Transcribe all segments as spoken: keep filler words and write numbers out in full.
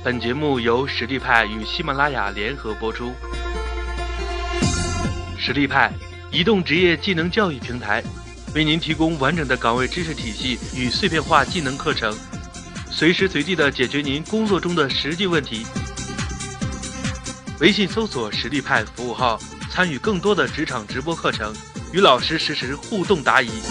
本节目由实力派与喜马拉雅联合播出。实力派，移动职业技能教育平台，为您提供完整的岗位知识体系与碎片化技能课程，随时随地的解决您工作中的实际问题。微信搜索实力派服务号，参与更多的职场直播课程，与老师实时互动答疑。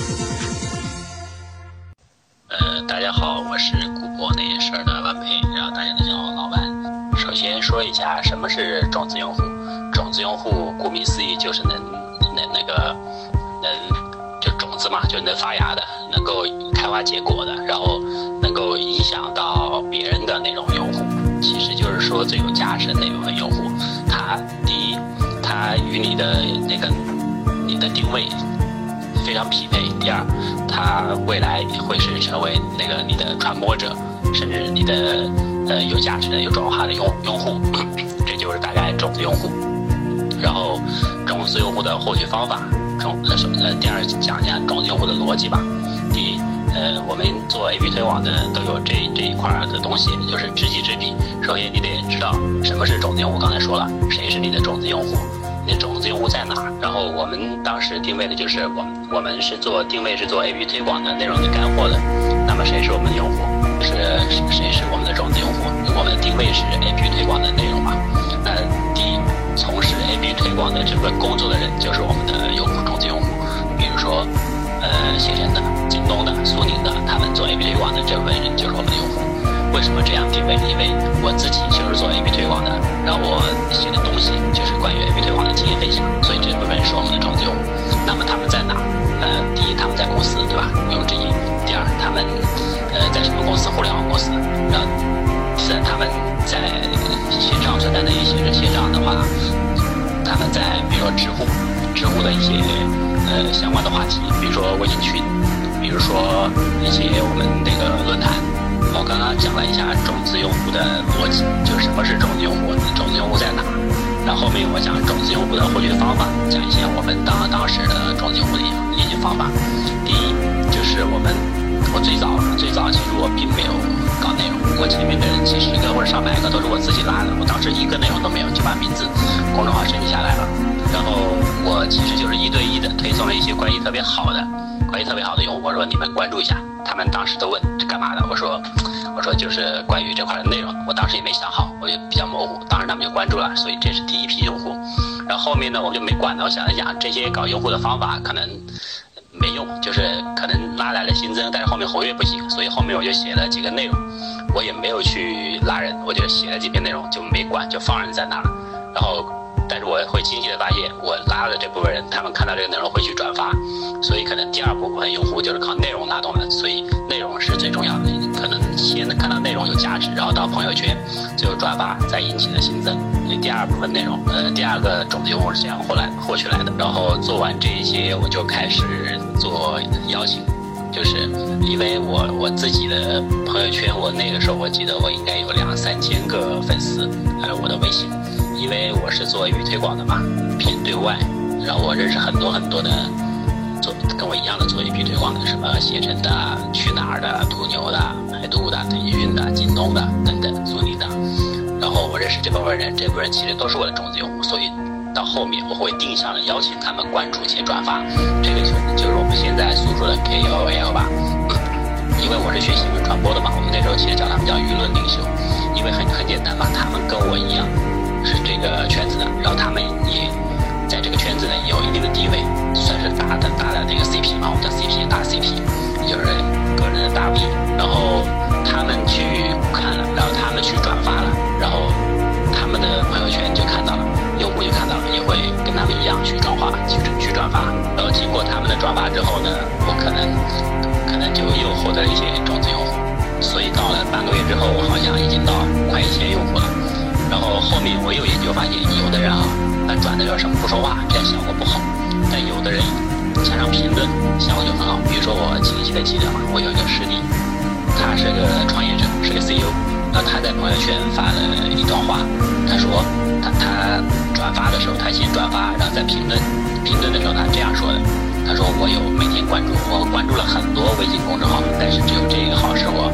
呃，大家好，我是古博那些事儿的万佩，然后大家都叫我老万。首先说一下什么是种子用户。种子用户顾名思义就是能能那个能就种子嘛，就能发芽的，能够开花结果的，然后能够影响到别人的那种用户。其实就是说最有价值的那部分用户，他第一，他与你的那个你的定位非常匹配；第二，他未来会是成为那个你的传播者，甚至你的呃有价值的、有转化的用用户。这就是大概种子用户。然后种子用户的获取方法，种呃什么呃第二讲一下种子用户的逻辑吧。第一，呃我们做 A P 推广的都有这这一块的东西，就是知己知彼。首先你得知道什么是种子用户，刚才说了，谁是你的种子用户，你的种子用户在哪？然后我们当时定位的就是我们我们是做定位是做 A P 推广的内容的干货的。那么谁是我们的用户？是谁是我们的种子用户？我们的定位是 A P 推广的内容嘛。那第一，从事 A P 推广的这份工作的人就是我们的用户种子用户。比如说呃携程的、京东的、苏宁的，他们做 A P 推广的这部分人就是我们的用户。为什么这样定位？因为我自己就是做 A P 推广的，然后我写的东西就是关于 A P 推广的经验分享，所以这部分是我们的种子用户。那么他们在哪？呃，第一，他们在公司，对吧？毋庸置疑。第二，他们呃在什么公司？互联网公司。然后第三，他们在线上存在的一些线上的话，他们在比如说知乎，知乎的一些呃相关的话题，比如说微信群，比如说一些我们那个论坛。我刚刚讲了一下种子用户的逻辑，就是什么是种子用户，种子用户在哪。然后后面我讲种子用户的获取方法，讲一下我们当当时的种子用户的一些方法。第一，就是我们我最早最早其实我并没有搞内容，我前面的人几十个或者上百个都是我自己拉的，我当时一个内容都没有就把名字公众号申请下来了。然后我其实就是一对一的推送了一些关系特别好的关系特别好的用户，我说你们关注一下。他们当时都问这干嘛的，我说我说就是关于这块的内容，我当时也没想好，我就比较模糊，当时他们就关注了，所以这是第一批用户。然后后面呢我就没管了，我想一想这些搞用户的方法可能没用，就是可能拉来了新增，但是后面活跃不行，所以后面我就写了几个内容，我也没有去拉人，我就写了几篇内容就没管，就放任在那了。然后但是我会清晰的发现，我拉的这部分人，他们看到这个内容会去转发，所以可能第二部分用户就是靠内容拉动的，所以内容是最重要的。可能先看到内容有价值，然后到朋友圈，最后转发，再引起的新增。所以第二部分内容，呃，第二个种子用户是这样后来获取来的。然后做完这一些，我就开始做邀请。就是因为我我自己的朋友圈，我那个时候我记得我应该有两三千个粉丝，还有我的微信。因为我是做 A P 推广的嘛，偏对外，然后我认识很多很多的做跟我一样的做 A P 推广的，什么携程的、去哪儿的、途牛的、百度的、腾讯的、京东的等等，苏宁的。然后我认识这部分人，这部分人其实都是我的种子用户，所以到后面我会定向的邀请他们关注且转发，这个就是我们现在所说的 K O L 吧。因为我是学新闻传播的嘛，我们那时候其实叫他们叫舆论领袖，因为很很简单嘛，他们跟我一样是这个圈子的，然后他们也在这个圈子呢有一定的地位，算是大的大的那个 C P 嘛，我们叫 C P 大 C P， 就是个人的大 V。然后他们去看了，然后他们去转发了，然后他们的朋友圈就看到了，用户就看到了，也会跟他们一样去转化，去去转发。然后经过他们的转发之后呢，我可能可能就又获得了一些种子用户，所以到了半个月之后，我好像已经到快一千用户了。然后后面我又研究发现，有的人啊，他转的有什么不说话，这样效果不好；但有的人加上评论，效果就很好。比如说我清晰的记得嘛，我有一个师弟，他是个创业者，是个 C E O， 然后他在朋友圈发了一段话，他说他他转发的时候，他先转发，然后在评论评论的时候他这样说的，他说我有每天关注，我关注了很多微信公众号，但是只有这个号是我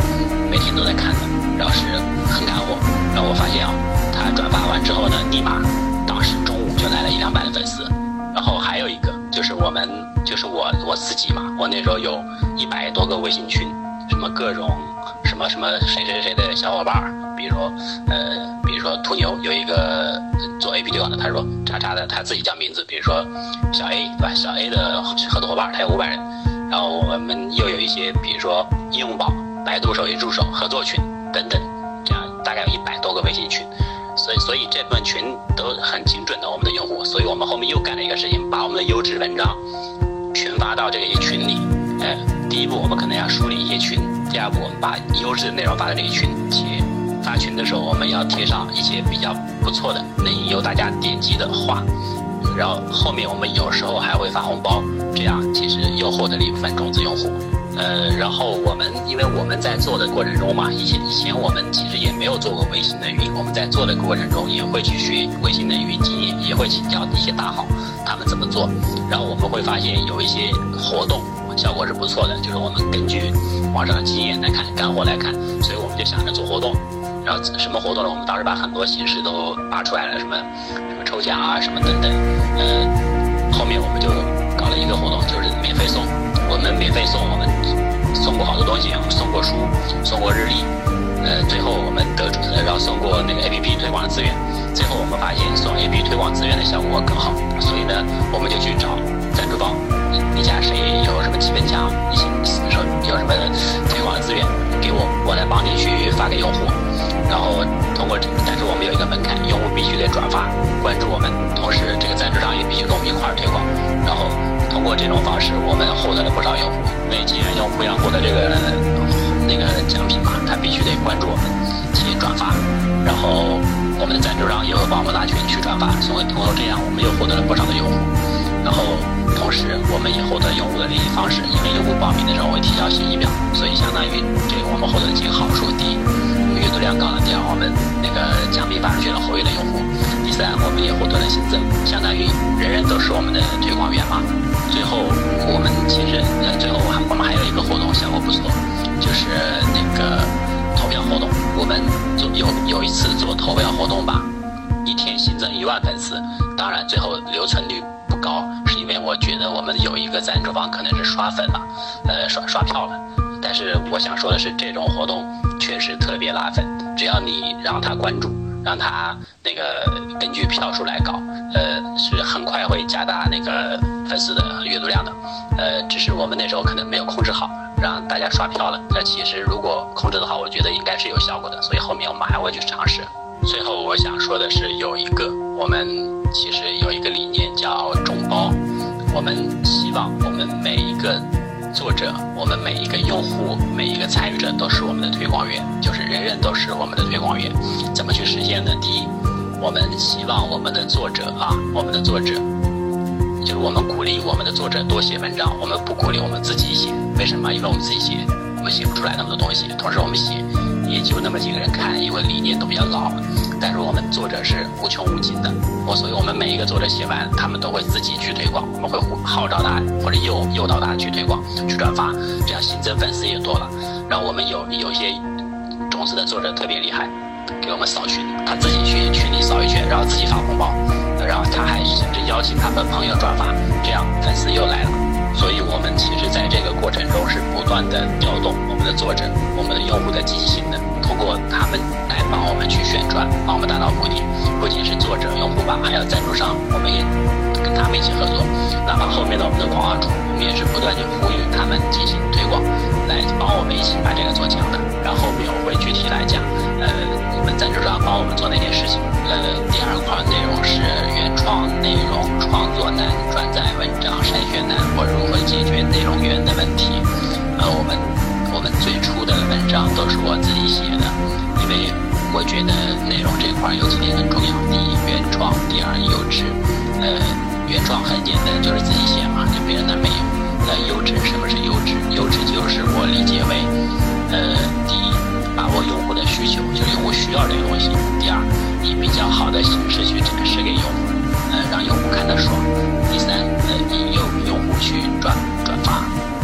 每天都在看的，然后是很干货。然后我发现啊，他转发完之后呢，立马当时中午就来了一两百的粉丝。然后还有一个就是我们就是我我自己嘛，我那时候有一百多个微信群，什么各种什么什么谁谁谁的小伙伴，比如说呃比如说途牛有一个做 A P 推广的，他说叉叉的他自己叫名字，比如说小 A 对吧？小 A 的合作伙伴他有五百人，然后我们又有一些比如说应用宝、百度手机助手合作群等等，这样大概有一百多个微信群。所以，所以这部分群都很精准的我们的用户，所以我们后面又干了一个事情，把我们的优质文章群发到这个一群里。呃，第一步我们可能要梳理一些群，第二步我们把优质的内容发到这一群，且发群的时候我们要贴上一些比较不错的能引诱大家点击的话，然后后面我们有时候还会发红包，这样其实又获得了一部分种子用户。呃，然后我们因为我们在做的过程中嘛，以前以前我们其实也没有做过微信的运营，我们在做的过程中也会去学微信的运营经验，也会请教一些大号他们怎么做，然后我们会发现有一些活动效果是不错的，就是我们根据网上的经验来看，干货来看，所以我们就想着做活动。然后什么活动呢？我们当时把很多形式都扒出来了，什么什么抽奖啊，什么等等。呃，后面我们就搞了一个活动，就是免费送。我们免费送，我们送过好多东西，我们送过书，送过日历，呃，最后我们得出，然后送过那个 A P P 推广的资源。最后我们发现送 A P P 推广资源的效果更好，所以呢，我们就去找赞助方，你你家谁有什么基本强，你说有什么推广的资源给我，我来帮你去发给用户。然后通过，但是我们有一个门槛，用户必须得转发关注我们，同时这个赞助商也必须跟我们一块儿推广。然后通过这种方式，我们获得了不少用户。因为既然用户要获得这个那个奖品嘛，他必须得关注我们且转发，然后我们的赞助商也会帮我们拉群去转发，所以通过这样，我们又获得了不少的用户。然后同时我们也获得用户的联系方式，因为用户报名的时候会提交信息表，所以相当于这个我们获得了几个好处：第一，阅读量高了；第二，我们那个奖品发出去了，活跃的用户；第三，我们也获得了新增，相当于人人都是我们的推广员嘛。最后我们其实呃，最后我们还有一个活动效果不错，就是那个投票活动。我们做有有一次做投票活动吧，一天新增一万粉丝，当然最后留存率不高，是因为我觉得我们有一个赞助方可能是刷粉了，呃刷刷票了。但是我想说的是，这种活动确实特别拉粉，只要你让他关注，让他那个根据票数来搞，呃，是很快会加大那个粉丝的阅读量的。呃，只是我们那时候可能没有控制好，让大家刷票了。这其实如果控制的好，我觉得应该是有效果的，所以后面我们还会去尝试。最后我想说的是，有一个我们其实有一个理念叫众包，我们希望我们每一个作者，我们每一个用户，每一个参与者都是我们的推广员，就是人人都是我们的推广员。怎么去实现呢？第一，我们希望我们的作者啊，我们的作者，就是我们鼓励我们的作者多写文章，我们不鼓励我们自己写。为什么？因为我们自己写，我们写不出来那么多东西，同时我们写也就那么几个人看，因为理念都比较老。但是我们作者是无穷无尽的，我所以我们每一个作者写完，他们都会自己去推广，我们会号召他或者诱诱导他去推广、去转发，这样新增粉丝也多了。然后我们有有一些种子的作者特别厉害，给我们扫群，他自己去群里扫一圈，然后自己发红包，然后他还甚至邀请他的朋友转发，这样粉丝又来了。所以我们其实在这个过程中是不断的调动我们的作者、我们的用户的积极性的，通过他们来帮我们去宣传，帮我们达到目的。不仅是作者、用户吧，还有赞助商，我们也跟他们一起合作。哪怕后面的我们的广告主，我们也是不断去呼吁他们进行推广，来帮我们一起把这个做强的。然后后面我会具体来讲，呃，我们赞助商帮我们做哪件事情。呃，第二块内容是原创内容创作难、转载文章筛选难，或如何解决内容源的问题。呃，我们我们最初的文章都是我自己写的，因为我觉得内容这块有几点很重要：第一，原创；第二，优质。呃，原创很简单，就是自己写嘛，就别人那没有。那优质，什么是优质？优质就是我理解为，呃，第一，把握用户的需求，就是用户需要这个东西；第二，以比较好的形式去展示给用户，呃，让用户看得爽；第三，呃，引诱用户去转转发。那么我们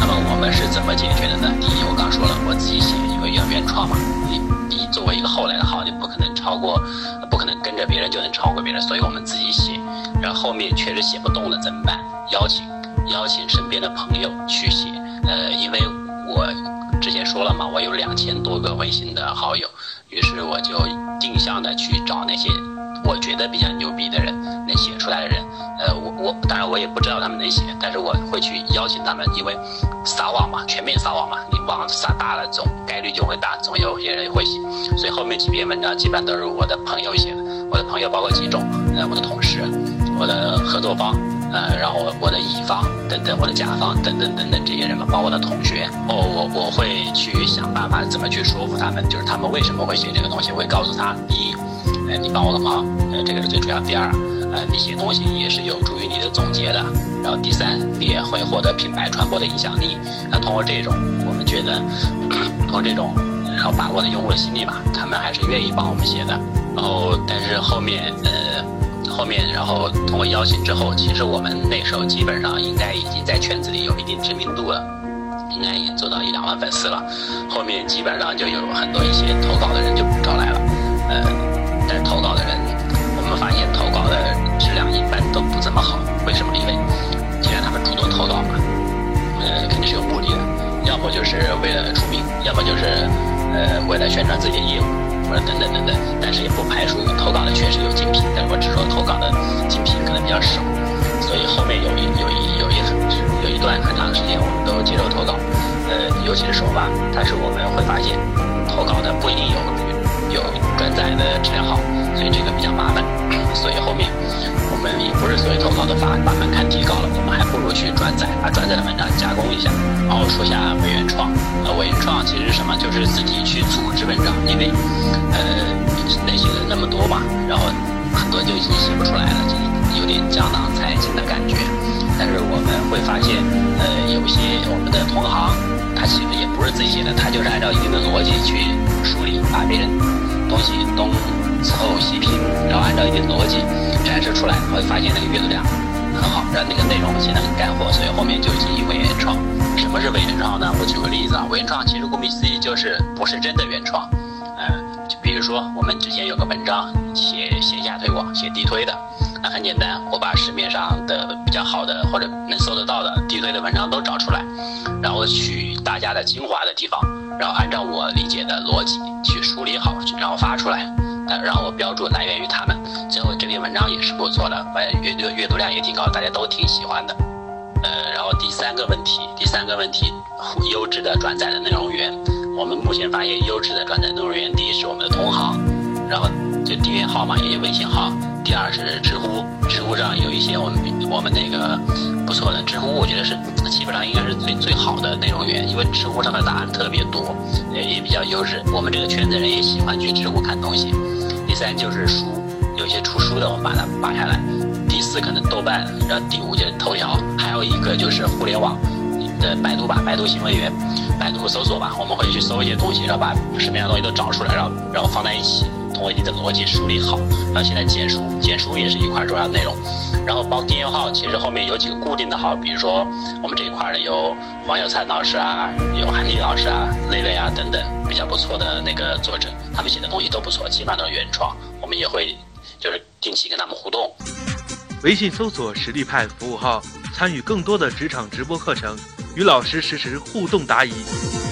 们是怎么解决的呢？第一，我刚说了，我自己写，因为要原创嘛。你你作为一个后来的号，你不可能超过，不可能跟着别人就能超过别人，所以我们自己写。然后后面确实写不动了怎么办？邀请邀请身边的朋友去写。呃，因为我之前说了嘛，我有两千多个微信的好友，于是我就定向的去找那些我觉得比较牛逼的人，能写出来的人。呃，我我当然我也不知道他们能写，但是我会去邀请他们，因为撒网嘛，全面撒网嘛，你网撒大了，总概率就会大，总有些人会写。所以后面几篇文章基本上都是我的朋友写的，我的朋友包括几种，呃，我的同事，我的合作方，呃，然后我的乙方等等，我的甲方等等等等这些人嘛，包括我的同学，哦，我我会去想办法怎么去说服他们，就是他们为什么会写这个东西，我会告诉他，第一，呃，你帮我的忙，呃，这个是最主要。第二，呃，你写东西也是有助于你的总结的。然后第三，你也会获得品牌传播的影响力。那通过这种，我们觉得，通过这种，然后把握的用户的心理嘛，他们还是愿意帮我们写的。然后，但是后面，呃。后面，然后通过邀请之后，其实我们那时候基本上应该已经在圈子里有一定知名度了，应该已经做到一两万粉丝了。后面基本上就有很多一些投稿的人就找来了，呃，但是投稿的人，我们发现投稿的质量一般都不怎么好。为什么？因为既然他们主动投稿嘛，呃，肯定是有目的的，要不就是为了出名，要不就是呃为了宣传自己的业务。或者等等等等，但是也不排除投稿的确实有精品，但是我只说投稿的精品可能比较少，所以后面有一有一有一很有一段很长时间我们都接受投稿，呃，尤其是首发，但是我们会发现投稿的不一定有有转载的质量好，所以这个比较麻烦，所以后面我们也不是所有投稿都发把门槛提高了，我们还不如去转载，把转载的文章加工一下。然后说下伪原创，呃，伪原创其实是什么？就是自己去组织文章，因为呃类型人那么多嘛，然后很多就已经写不出来了，就有点江郎才尽的感觉。但是我们会发现，呃，有些我们的同行，他写的也不是自己写的，他就是按照一定的逻辑去梳理，把别人东西东凑西拼，然后按照一定的逻辑展示出来，会发现那个阅读量很好，然后那个内容显得很干货，所以后面就进行伪原创。什么是伪原创呢？我举个例子啊，伪原创其实顾名思义就是不是真的原创。呃，就比如说我们之前有个文章写线下推广，写地推的，那很简单，我把市面上的比较好的或者能搜得到的地推的文章都找出来，然后取大家的精华的地方，然后按照我理解的逻辑去梳理好，然后发出来。呃，然后我标注来源于他们，最后这篇文章也是不错的，阅读阅读量也挺高，大家都挺喜欢的。呃，然后第三个问题，第三个问题，优质的转载的内容源，我们目前发现优质的转载内容源，第一是我们的同行，然后就订阅号嘛，也有微信号。第二是知乎，知乎上有一些我们我们那个不错的，知乎我觉得是基本上应该是最最好的内容源，因为知乎上的答案特别多，也比较优质，我们这个圈子人也喜欢去知乎看东西。第三就是书，有些出书的我们把它扒下来。第四可能豆瓣，然后第五就是头条，还有一个就是互联网的百度吧，百度新闻源，百度搜索吧，我们会去搜一些东西，然后把市面上东西都找出来，然后然后放在一起，通过一定的逻辑梳理好。然后现在简书，简书也是一块重要的内容。然后包订阅号，其实后面有几个固定的号，比如说我们这一块的有黄有灿老师啊，有韩立老师啊，蕾蕾啊等等比较不错的那个作者，他们写的东西都不错，基本上都是原创。我们也会就是定期跟他们互动。 微信搜索实力派服务号，参与更多的职场直播课程，与老师实时互动答疑。